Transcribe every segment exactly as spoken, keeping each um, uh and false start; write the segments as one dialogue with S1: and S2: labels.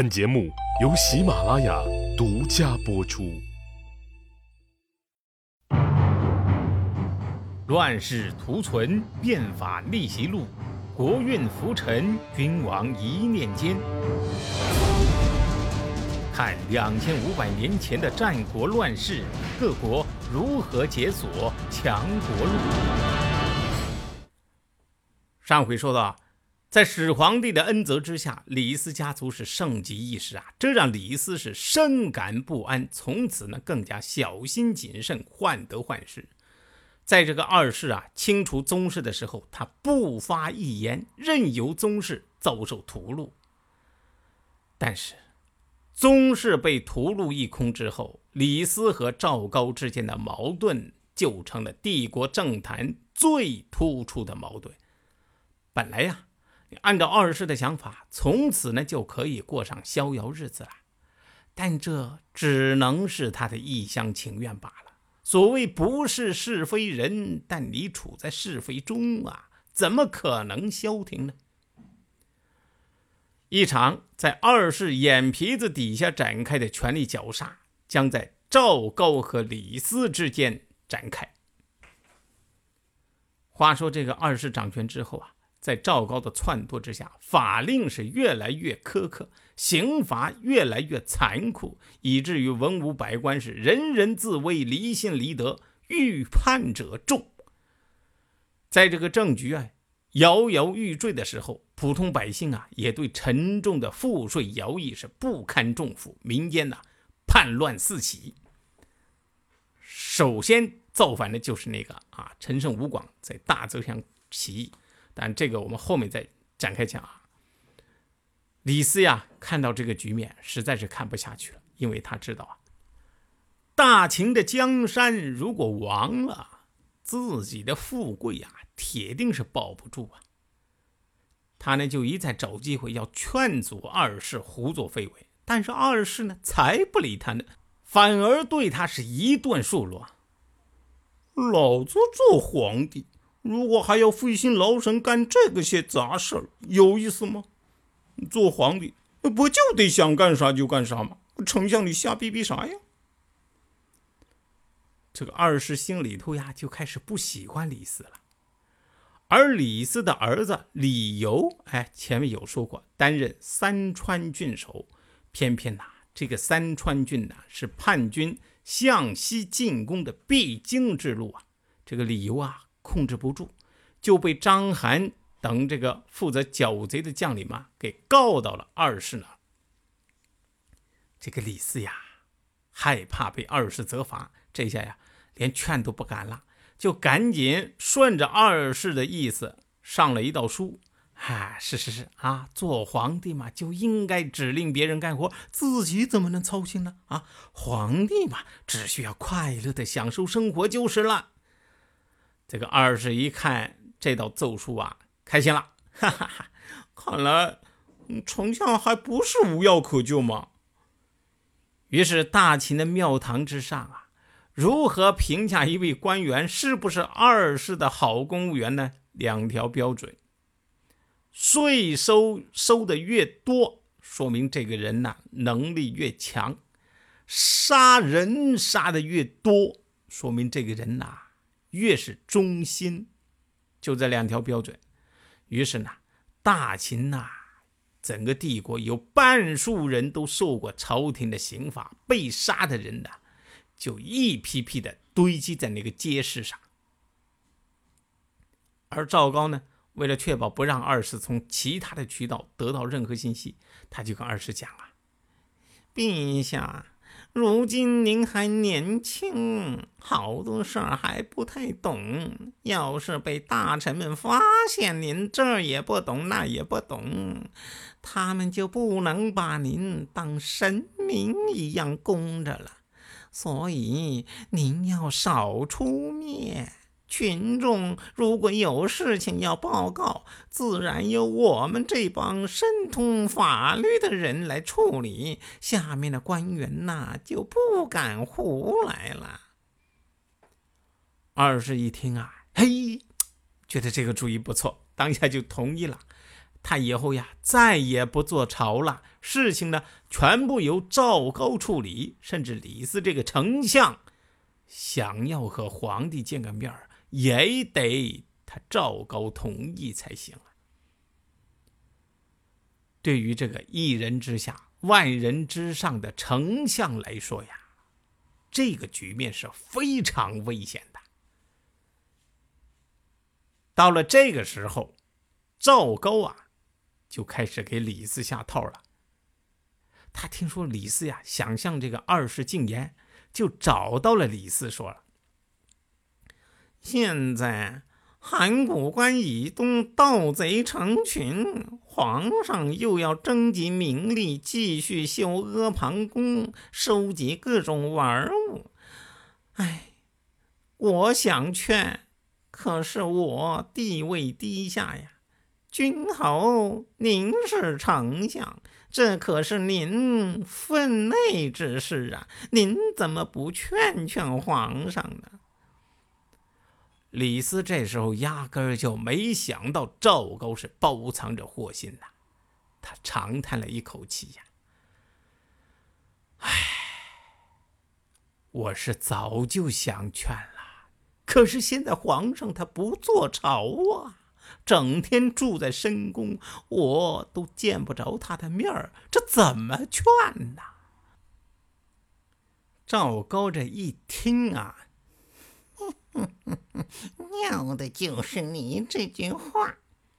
S1: 本节目由喜马拉雅独家播出。
S2: 乱世图存，变法逆袭录，国运浮沉，君王一念间。看两千五百年前的战国乱世，各国如何解锁强国路。上回说到，在始皇帝的恩泽之下，李斯家族是盛极一时啊，这让李斯是深感不安，从此呢更加小心谨慎，患得患失。在这个二世啊清除宗室的时候，他不发一言，任由宗室遭受屠戮。但是宗室被屠戮一空之后，李斯和赵高之间的矛盾就成了帝国政坛最突出的矛盾。本来呀、啊，按照二世的想法，从此呢就可以过上逍遥日子了，但这只能是他的一厢情愿罢了。所谓不是是非人，但你处在是非中啊，怎么可能消停呢？一场在二世眼皮子底下展开的权力绞杀，将在赵高和李斯之间展开。话说这个二世掌权之后啊，在赵高的撺掇之下，法令是越来越苛刻，刑罚越来越残酷，以至于文武百官是人人自危，离心离德，欲叛者众。在这个政局啊摇摇欲坠的时候，普通百姓啊也对沉重的赋税徭役是不堪重负，民间呐、啊、叛乱四起。首先造反的就是那个啊陈胜吴广在大泽乡起义，但这个我们后面再展开讲啊。李斯呀看到这个局面实在是看不下去了，因为他知道啊，大秦的江山如果亡了，自己的富贵啊铁定是保不住啊。他呢就一再找机会要劝阻二世胡作非为，但是二世呢才不理他呢，反而对他是一顿数落。老子做皇帝，如果还要费心劳神干这个些杂事儿，有意思吗？做皇帝不就得想干啥就干啥吗？丞相你瞎逼逼啥呀？这个二世心里头呀就开始不喜欢李斯了。而李斯的儿子李由，哎，前面有说过，担任三川郡守，偏偏呐、啊，这个三川郡呐、啊、是叛军向西进攻的必经之路啊，这个李由啊控制不住，就被章邯等这个负责剿贼的将领嘛给告到了二世那儿。这个李斯呀害怕被二世责罚，这下呀连劝都不敢了，就赶紧顺着二世的意思上了一道书。啊，是是是啊，做皇帝嘛就应该指令别人干活，自己怎么能操心呢？啊，皇帝嘛只需要快乐的享受生活就是了。这个二世一看这道奏书啊，开心了，哈哈哈！看来丞相还不是无药可救嘛。于是大秦的庙堂之上啊，如何评价一位官员是不是二世的好公务员呢？两条标准：税收收的越多，说明这个人呐、啊、能力越强；杀人杀的越多，说明这个人呐、啊、越是忠心。就这两条标准。于是呢，大秦呐、啊，整个帝国有半数人都受过朝廷的刑罚，被杀的人呐、啊，就一批批的堆积在那个街市上。而赵高呢，为了确保不让二世从其他的渠道得到任何信息，他就跟二世讲啊：“陛下，如今您还年轻，好多事儿还不太懂，要是被大臣们发现您这儿也不懂那也不懂，他们就不能把您当神明一样供着了。所以您要少出面，群众如果有事情要报告，自然由我们这帮深通法律的人来处理，下面的官员呐就不敢胡来了。”二世一听啊，嘿，觉得这个主意不错，当下就同意了。 他以后呀再也不做朝了，事情呢全部由赵高处理，甚至李斯这个丞相想要和皇帝见个面也得他赵高同意才行了。对于这个一人之下万人之上的丞相来说呀，这个局面是非常危险的。到了这个时候，赵高啊就开始给李斯下套了。他听说李斯呀想向这个二世进言，就找到了李斯说了：现在函谷关以东盗贼成群，皇上又要征集民力，继续修阿房宫，收集各种玩物。哎，我想劝，可是我地位低下呀。君侯，您是丞相，这可是您分内之事啊，您怎么不劝劝皇上呢？李斯这时候压根儿就没想到赵高是包藏着祸心呐，他长叹了一口气呀，唉，我是早就想劝了，可是现在皇上他不做朝啊，整天住在深宫，我都见不着他的面儿，这怎么劝呢？赵高这一听啊，
S3: 要的就是你这句话。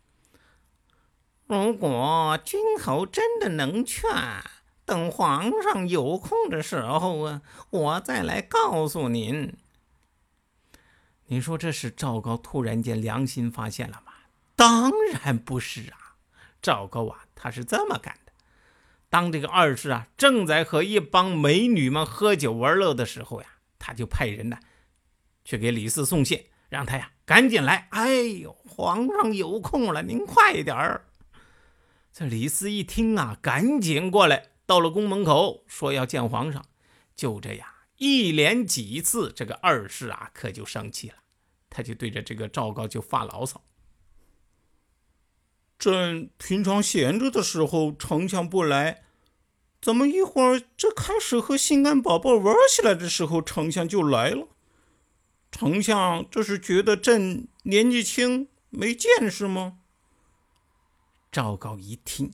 S2: 如果君侯真的能劝，等皇上有空的时候啊，我再来告诉您。你说这是赵高突然间良心发现了吗？当然不是啊，赵高啊，他是这么干的。当这个二世啊正在和一帮美女们喝酒玩乐的时候呀，他就派人呢去给李斯送信，让他呀赶紧来。哎呦，皇上有空了，您快点儿。这李斯一听啊，赶紧过来，到了宫门口，说要见皇上。就这样一连几次，这个二世啊可就生气了，他就对着这个赵高就发牢骚：朕平常闲着的时候丞相不来，怎么一会儿这开始和心肝宝宝玩起来的时候丞相就来了？丞相这是觉得朕年纪轻没见识吗？赵高一听，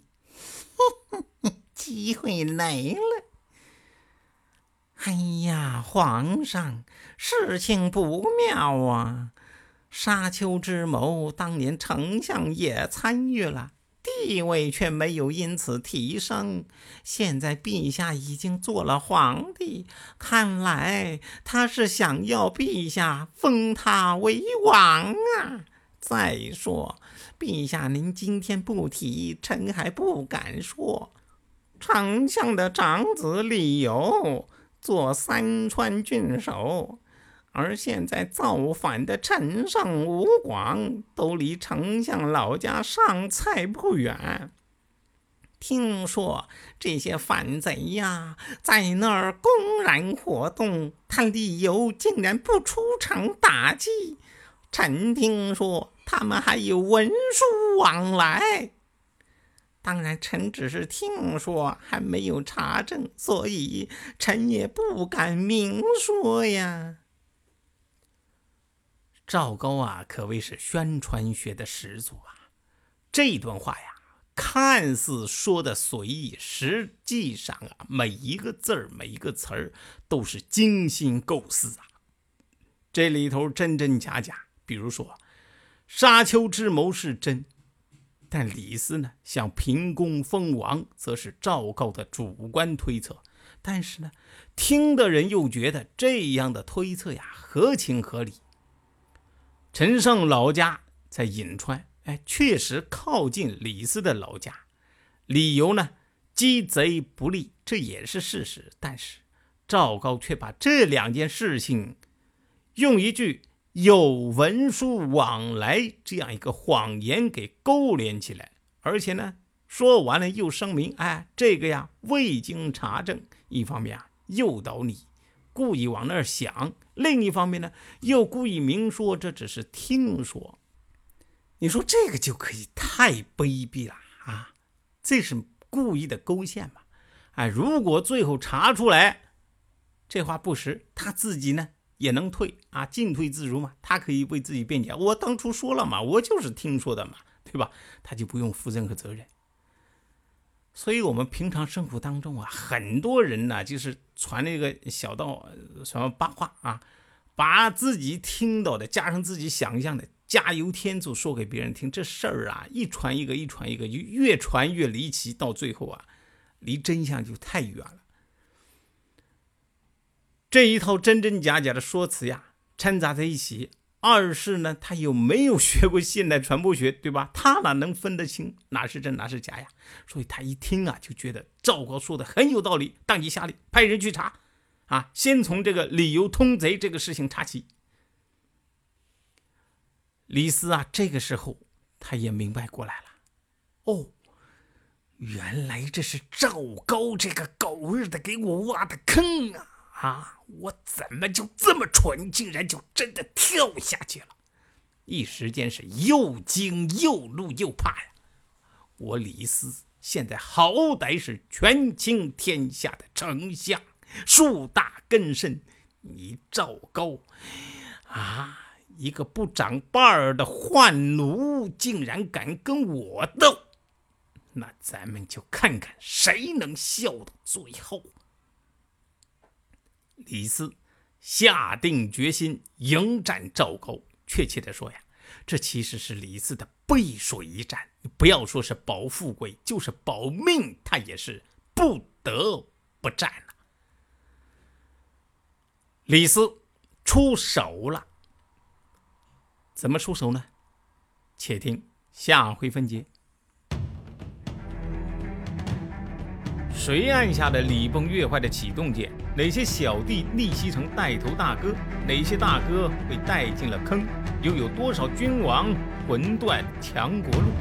S3: 机会来了。哎呀，皇上，事情不妙啊！沙丘之谋，当年丞相也参与了，地位却没有因此提升。现在陛下已经做了皇帝，看来他是想要陛下封他为王啊！再说，陛下您今天不提，臣还不敢说。丞相的长子李由做三川郡守，而现在造反的陈胜、吴广都离丞相老家上蔡不远。听说这些反贼呀，在那儿公然活动，他李由竟然不出城打击。臣听说他们还有文书往来，当然臣只是听说，还没有查证，所以臣也不敢明说呀。赵高啊，可谓是宣传学的始祖啊。这段话呀，看似说的随意，实际上啊，每一个字儿、每一个词儿都是精心构思啊。这里头真真假假。比如说，沙丘之谋是真，但李斯呢想平公封王，则是赵高的主观推测。但是呢，听的人又觉得这样的推测呀合情合理。陈胜老家在颍川，哎，确实靠近李斯的老家。理由呢，鸡贼不利，这也是事实。但是赵高却把这两件事情用一句有文书往来这样一个谎言给勾连起来，而且呢说完了又声明，哎，这个呀未经查证。一方面啊诱导你故意往那儿想，另一方面呢又故意明说这只是听说。
S2: 你说这个就可以太卑鄙了啊！这是故意的勾陷嘛？哎，如果最后查出来这话不实，他自己呢也能退啊，进退自如嘛。他可以为自己辩解，我当初说了嘛，我就是听说的嘛，对吧？他就不用负任何责任。所以我们平常生活当中啊，很多人呢就是传那个小道什么八卦啊，把自己听到的加上自己想象的加油添醋说给别人听，这事儿啊一传一个一传一个，就越传越离奇，到最后啊离真相就太远了。这一套真真假假的说辞呀掺杂在一起，二是呢他又没有学过现代传播学，对吧？他哪能分得清哪是真哪是假呀？所以他一听啊就觉得赵高说的很有道理，当即下令派人去查啊，先从这个李由通贼这个事情查起。李斯啊这个时候他也明白过来了，哦，原来这是赵高这个狗日的给我挖的坑啊！啊！我怎么就这么蠢，竟然就真的跳下去了？一时间是又惊又怒又怕呀！我李斯现在好歹是权倾天下的丞相，树大根深，你赵高啊，一个不长把儿的宦奴，竟然敢跟我斗，那咱们就看看谁能笑到最后。李斯下定决心迎战赵高，确切的说呀，这其实是李斯的背水一战。不要说是保富贵，就是保命，他也是不得不战了。李斯出手了，怎么出手呢？且听下回分解。谁按下了礼崩乐坏的启动键？哪些小弟逆袭成带头大哥？哪些大哥被带进了坑？又有多少君王魂断强国路？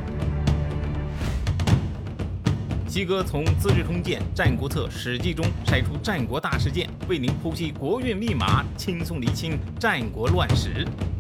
S2: 西哥从《资治通鉴》《战国策》《史记》中筛出战国大事件，为您剖析国运密码，轻松理清战国乱史。